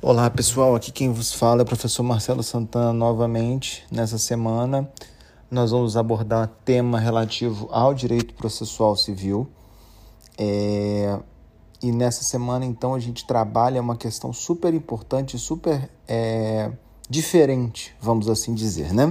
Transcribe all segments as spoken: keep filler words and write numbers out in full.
Olá pessoal, aqui quem vos fala é o professor Marcelo Santana novamente. Nessa semana nós vamos abordar um tema relativo ao direito processual civil é... e nessa semana então a gente trabalha uma questão super importante, super é... diferente, vamos assim dizer, né?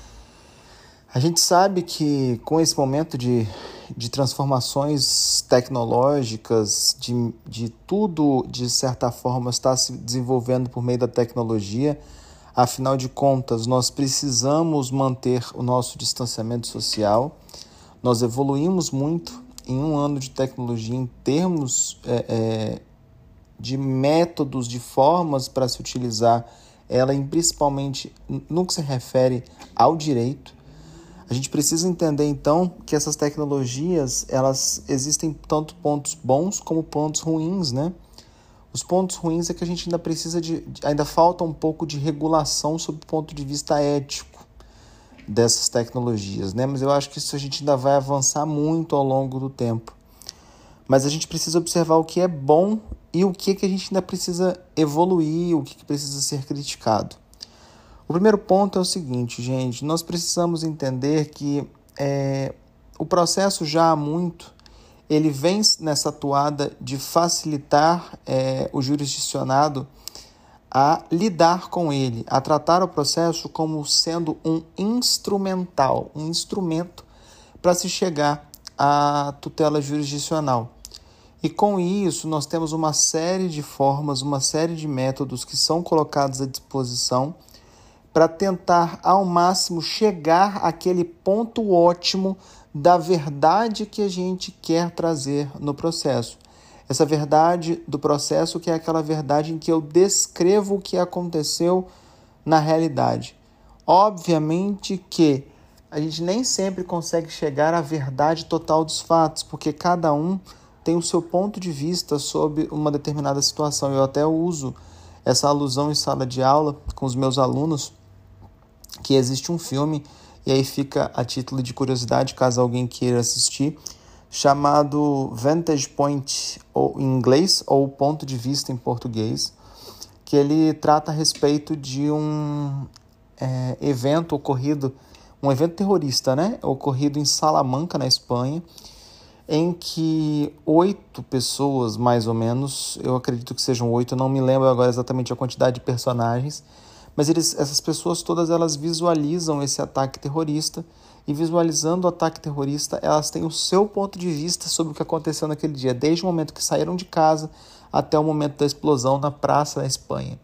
A gente sabe que com esse momento de, de transformações tecnológicas, de, de tudo, de certa forma, está se desenvolvendo por meio da tecnologia, afinal de contas, nós precisamos manter o nosso distanciamento social. Nós evoluímos muito em um ano de tecnologia em termos é, é, de métodos, de formas para se utilizar ela, em, principalmente no que se refere ao direito. A gente precisa entender, então, que essas tecnologias, elas existem tanto pontos bons como pontos ruins, né? Os pontos ruins é que a gente ainda precisa de, ainda falta um pouco de regulação sob o ponto de vista ético dessas tecnologias, né? Mas eu acho que isso a gente ainda vai avançar muito ao longo do tempo. Mas a gente precisa observar o que é bom e o que, que a gente ainda precisa evoluir, o que, que precisa ser criticado. O primeiro ponto é o seguinte, gente, nós precisamos entender que é, o processo já há muito, ele vem nessa toada de facilitar é, o jurisdicionado a lidar com ele, a tratar o processo como sendo um instrumental, um instrumento para se chegar à tutela jurisdicional. E com isso nós temos uma série de formas, uma série de métodos que são colocados à disposição para tentar ao máximo chegar àquele ponto ótimo da verdade que a gente quer trazer no processo. Essa verdade do processo que é aquela verdade em que eu descrevo o que aconteceu na realidade. Obviamente que a gente nem sempre consegue chegar à verdade total dos fatos, porque cada um tem o seu ponto de vista sobre uma determinada situação. Eu até uso essa alusão em sala de aula com os meus alunos, que existe um filme, e aí fica a título de curiosidade, caso alguém queira assistir, chamado Vantage Point ou, em inglês, ou Ponto de Vista em português, que ele trata a respeito de um é, evento ocorrido, um evento terrorista, né? Ocorrido em Salamanca, na Espanha, em que oito pessoas, mais ou menos, eu acredito que sejam oito, não me lembro agora exatamente a quantidade de personagens, mas eles, essas pessoas todas elas visualizam esse ataque terrorista e visualizando o ataque terrorista, elas têm o seu ponto de vista sobre o que aconteceu naquele dia, desde o momento que saíram de casa até o momento da explosão na praça da Espanha.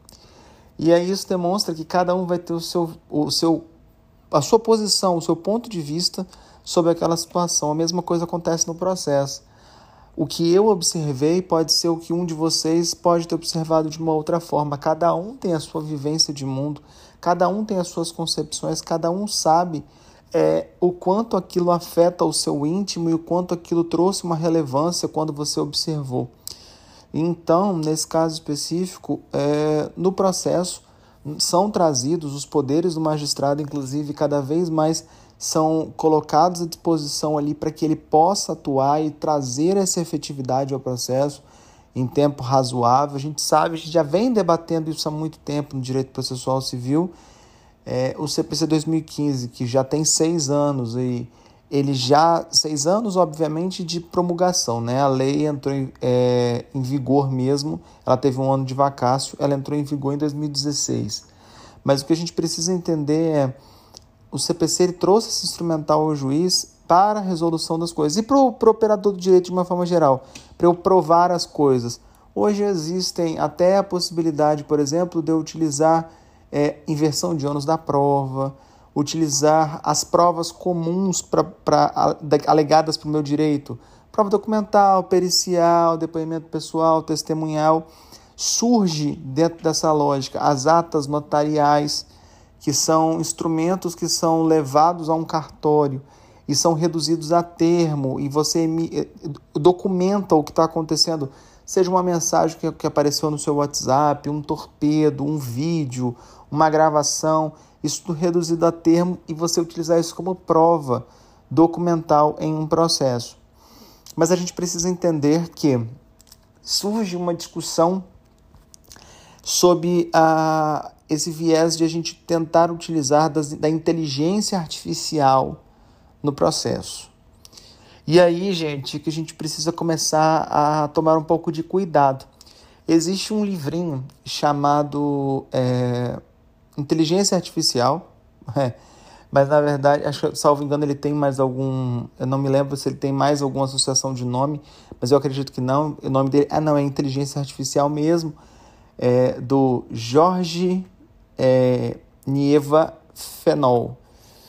E aí isso demonstra que cada um vai ter o seu, o seu, a sua posição, o seu ponto de vista sobre aquela situação. A mesma coisa acontece no processo. O que eu observei pode ser o que um de vocês pode ter observado de uma outra forma. Cada um tem a sua vivência de mundo, cada um tem as suas concepções, cada um sabe é, o quanto aquilo afeta o seu íntimo e o quanto aquilo trouxe uma relevância quando você observou. Então, nesse caso específico, é, no processo são trazidos os poderes do magistrado, inclusive cada vez mais são colocados à disposição ali para que ele possa atuar e trazer essa efetividade ao processo em tempo razoável. A gente sabe, a gente já vem debatendo isso há muito tempo no direito processual civil. É, o C P C dois mil e quinze, que já tem seis anos, e ele já, seis anos, obviamente, de promulgação, né? A lei entrou em, é, em vigor mesmo, ela teve um ano de vacácio, ela entrou em vigor em dois mil e dezesseis. Mas o que a gente precisa entender é o C P C ele trouxe esse instrumental ao juiz para a resolução das coisas. E para o operador do direito de uma forma geral, para eu provar as coisas. Hoje existem até a possibilidade, por exemplo, de eu utilizar é, inversão de ônus da prova, utilizar as provas comuns pra, pra, alegadas para o meu direito. Prova documental, pericial, depoimento pessoal, testemunhal. Surge dentro dessa lógica as atas notariais, que são instrumentos que são levados a um cartório e são reduzidos a termo, e você documenta o que está acontecendo, seja uma mensagem que, que apareceu no seu WhatsApp, um torpedo, um vídeo, uma gravação, isso tudo reduzido a termo, e você utilizar isso como prova documental em um processo. Mas a gente precisa entender que surge uma discussão sob a, esse viés de a gente tentar utilizar das, da inteligência artificial no processo. E aí, gente, que a gente precisa começar a tomar um pouco de cuidado. Existe um livrinho chamado é, Inteligência Artificial, é, mas na verdade, acho que, salvo engano, ele tem mais algum... Eu não me lembro se ele tem mais alguma associação de nome, mas eu acredito que não. O nome dele... Ah, não, é Inteligência Artificial mesmo, é, do Jorge é, Nieva Fenol.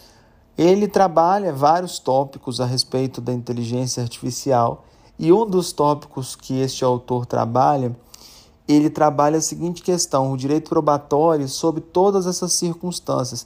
Ele trabalha vários tópicos a respeito da inteligência artificial, e um dos tópicos que este autor trabalha, ele trabalha a seguinte questão: o direito probatório sob todas essas circunstâncias,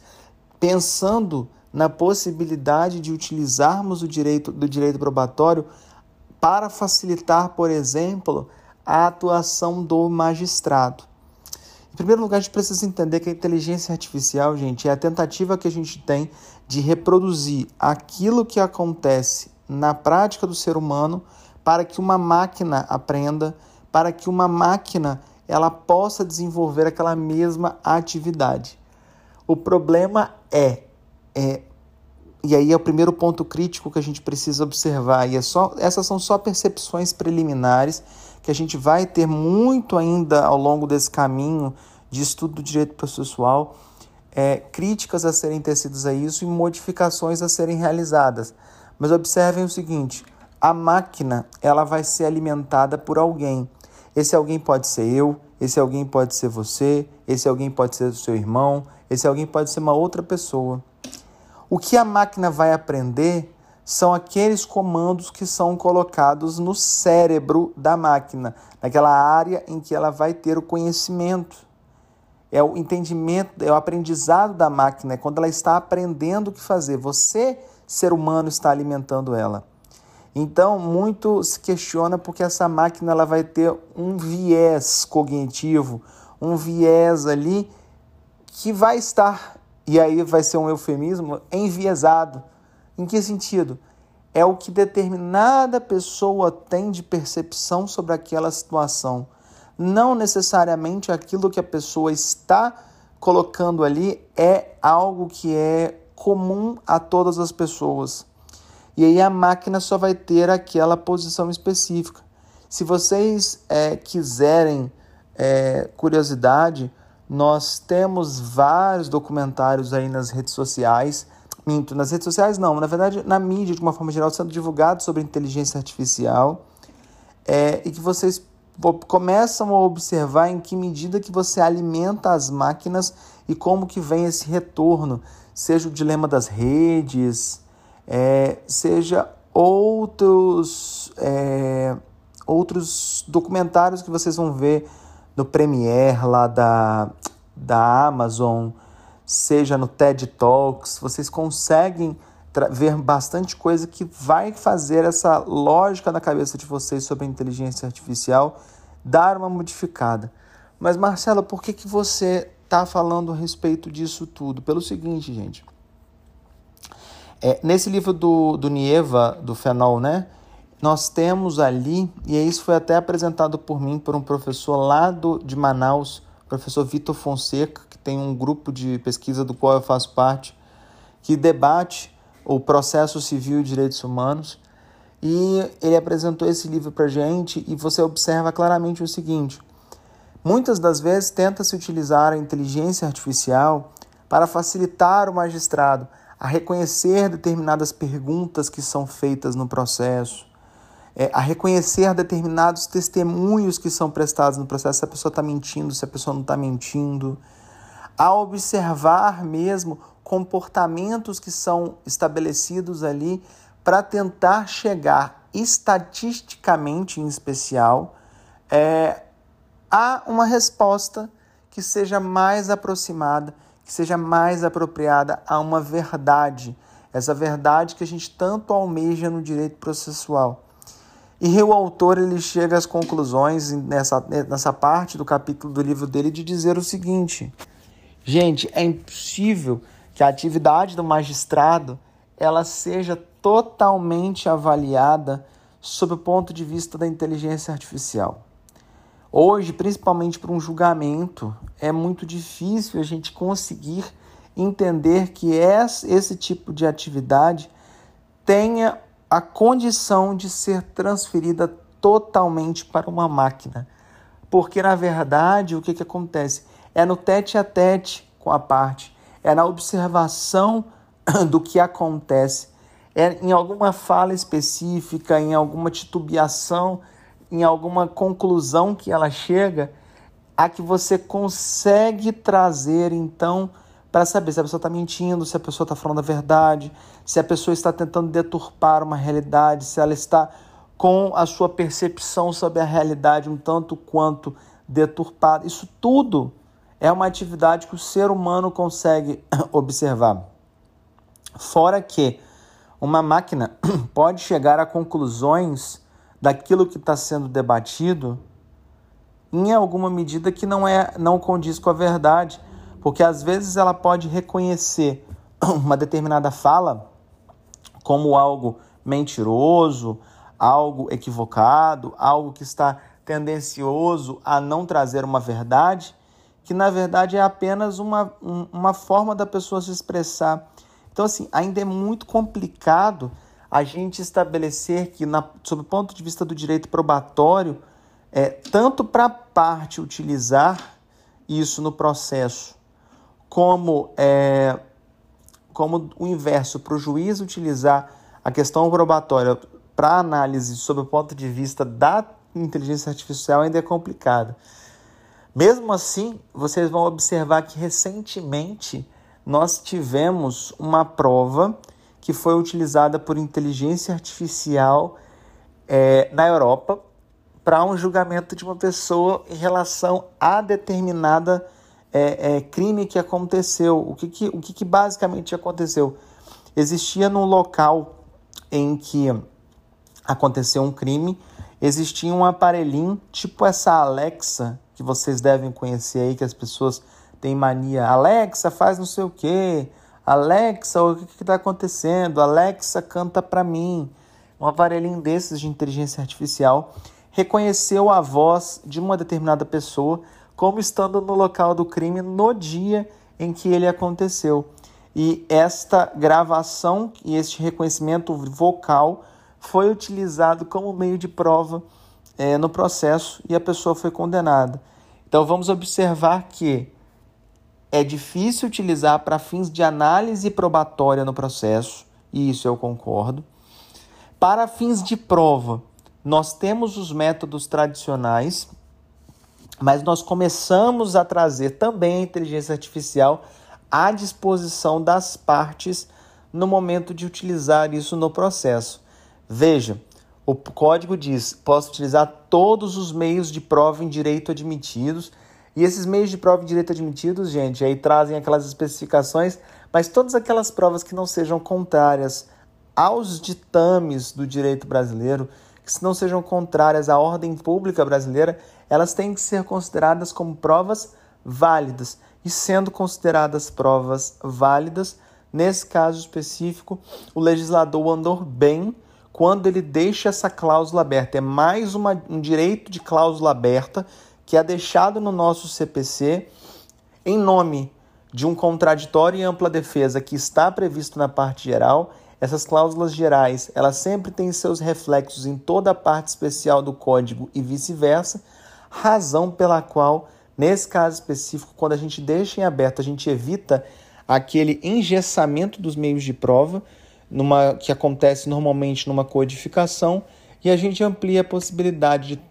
pensando na possibilidade de utilizarmos o direito do direito probatório para facilitar, por exemplo, a atuação do magistrado. Em primeiro lugar, a gente precisa entender que a inteligência artificial, gente, é a tentativa que a gente tem de reproduzir aquilo que acontece na prática do ser humano para que uma máquina aprenda, para que uma máquina ela possa desenvolver aquela mesma atividade. O problema é, é, e aí é o primeiro ponto crítico que a gente precisa observar, e é só, essas são só percepções preliminares que a gente vai ter muito ainda ao longo desse caminho de estudo do direito processual, é, críticas a serem tecidas a isso e modificações a serem realizadas. Mas observem o seguinte: a máquina ela vai ser alimentada por alguém. Esse alguém pode ser eu, esse alguém pode ser você, esse alguém pode ser o seu irmão, esse alguém pode ser uma outra pessoa. O que a máquina vai aprender são aqueles comandos que são colocados no cérebro da máquina, naquela área em que ela vai ter o conhecimento. É o entendimento, é o aprendizado da máquina, é quando ela está aprendendo o que fazer. Você, ser humano, está alimentando ela. Então, muito se questiona porque essa máquina ela vai ter um viés cognitivo, um viés ali que vai estar, e aí vai ser um eufemismo, enviesado. Em que sentido? É o que determinada pessoa tem de percepção sobre aquela situação. Não necessariamente aquilo que a pessoa está colocando ali é algo que é comum a todas as pessoas. E aí a máquina só vai ter aquela posição específica. Se vocês é, quiserem é, curiosidade, nós temos vários documentários aí nas redes sociais. Minto, nas redes sociais não, na verdade na mídia de uma forma geral sendo divulgados sobre inteligência artificial é, e que vocês começam a observar em que medida que você alimenta as máquinas e como que vem esse retorno, seja o dilema das redes, é, seja outros, é, outros documentários que vocês vão ver no Premiere lá da, da Amazon, seja no TED Talks, vocês conseguem tra- ver bastante coisa que vai fazer essa lógica na cabeça de vocês sobre a inteligência artificial dar uma modificada. Mas, Marcelo, por que, que você está falando a respeito disso tudo? Pelo seguinte, gente. É, nesse livro do, do Nieva, do Fenol, né? Nós temos ali, e isso foi até apresentado por mim, por um professor lá do, de Manaus, professor Vitor Fonseca, que tem um grupo de pesquisa do qual eu faço parte, que debate o processo civil e direitos humanos. E ele apresentou esse livro para a gente e você observa claramente o seguinte: muitas das vezes tenta-se utilizar a inteligência artificial para facilitar o magistrado a reconhecer determinadas perguntas que são feitas no processo, é, a reconhecer determinados testemunhos que são prestados no processo, se a pessoa está mentindo, se a pessoa não está mentindo, a observar mesmo comportamentos que são estabelecidos ali para tentar chegar estatisticamente, em especial, é, a uma resposta que seja mais aproximada, que seja mais apropriada a uma verdade, essa verdade que a gente tanto almeja no direito processual. E o autor ele chega às conclusões nessa, nessa parte do capítulo do livro dele de dizer o seguinte: gente, é impossível que a atividade do magistrado ela seja totalmente avaliada sob o ponto de vista da inteligência artificial. Hoje, principalmente para um julgamento, é muito difícil a gente conseguir entender que esse tipo de atividade tenha a condição de ser transferida totalmente para uma máquina. Porque, na verdade, o que, que acontece? É no tete a tete com a parte, é na observação do que acontece, é em alguma fala específica, em alguma titubeação, em alguma conclusão que ela chega, a que você consegue trazer, então, para saber se a pessoa está mentindo, se a pessoa está falando a verdade, se a pessoa está tentando deturpar uma realidade, se ela está com a sua percepção sobre a realidade um tanto quanto deturpada. Isso tudo é uma atividade que o ser humano consegue observar. Fora que uma máquina pode chegar a conclusões daquilo que está sendo debatido em alguma medida que não, é, não condiz com a verdade, porque às vezes ela pode reconhecer uma determinada fala como algo mentiroso, algo equivocado, algo que está tendencioso a não trazer uma verdade, que na verdade é apenas uma, um, uma forma da pessoa se expressar. Então, assim, ainda é muito complicado a gente estabelecer que, na, sob o ponto de vista do direito probatório, é, tanto para a parte utilizar isso no processo, como, é, como o inverso, para o juiz utilizar a questão probatória para análise sob o ponto de vista da inteligência artificial, ainda é complicado. Mesmo assim, vocês vão observar que recentemente nós tivemos uma prova que foi utilizada por inteligência artificial é, na Europa para um julgamento de uma pessoa em relação a determinada é, é, crime que aconteceu. O que, que, o que, que basicamente aconteceu? Existia num local em que aconteceu um crime, existia um aparelhinho, tipo essa Alexa, que vocês devem conhecer aí, que as pessoas têm mania. Alexa, faz não sei o quê. Alexa, o que está acontecendo? Alexa, canta para mim. Um aparelhinho desses de inteligência artificial reconheceu a voz de uma determinada pessoa como estando no local do crime no dia em que ele aconteceu. E esta gravação e este reconhecimento vocal foi utilizado como meio de prova é, no processo e a pessoa foi condenada. Então vamos observar que é difícil utilizar para fins de análise probatória no processo, e isso eu concordo. Para fins de prova, nós temos os métodos tradicionais, mas nós começamos a trazer também a inteligência artificial à disposição das partes no momento de utilizar isso no processo. Veja, o código diz, posso utilizar todos os meios de prova em direito admitidos, e esses meios de prova em direito admitidos, gente, aí trazem aquelas especificações, mas todas aquelas provas que não sejam contrárias aos ditames do direito brasileiro, que não sejam contrárias à ordem pública brasileira, elas têm que ser consideradas como provas válidas. E sendo consideradas provas válidas, nesse caso específico, o legislador andou bem quando ele deixa essa cláusula aberta. É mais uma, um direito de cláusula aberta que é deixado no nosso C P C em nome de um contraditório e ampla defesa que está previsto na parte geral. Essas cláusulas gerais, elas sempre têm seus reflexos em toda a parte especial do código e vice-versa, razão pela qual, nesse caso específico, quando a gente deixa em aberto, a gente evita aquele engessamento dos meios de prova, numa, que acontece normalmente numa codificação, e a gente amplia a possibilidade de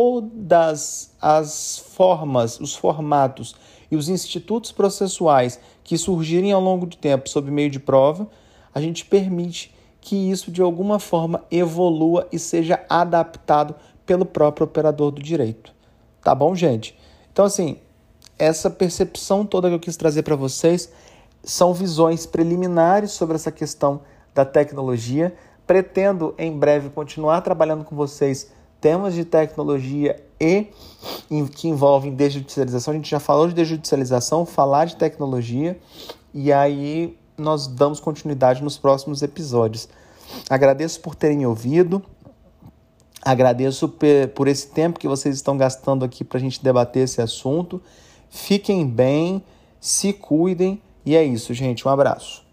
todas as formas, os formatos e os institutos processuais que surgirem ao longo do tempo sob meio de prova, a gente permite que isso de alguma forma evolua e seja adaptado pelo próprio operador do direito. Tá bom, gente? Então, assim, essa percepção toda que eu quis trazer para vocês são visões preliminares sobre essa questão da tecnologia. Pretendo, em breve, continuar trabalhando com vocês temas de tecnologia e que envolvem desjudicialização. A gente já falou de desjudicialização, falar de tecnologia, e aí nós damos continuidade nos próximos episódios. Agradeço por terem ouvido, Agradeço por esse tempo que vocês estão gastando aqui para a gente debater esse assunto. Fiquem bem, se cuidem e é isso, gente. Um abraço.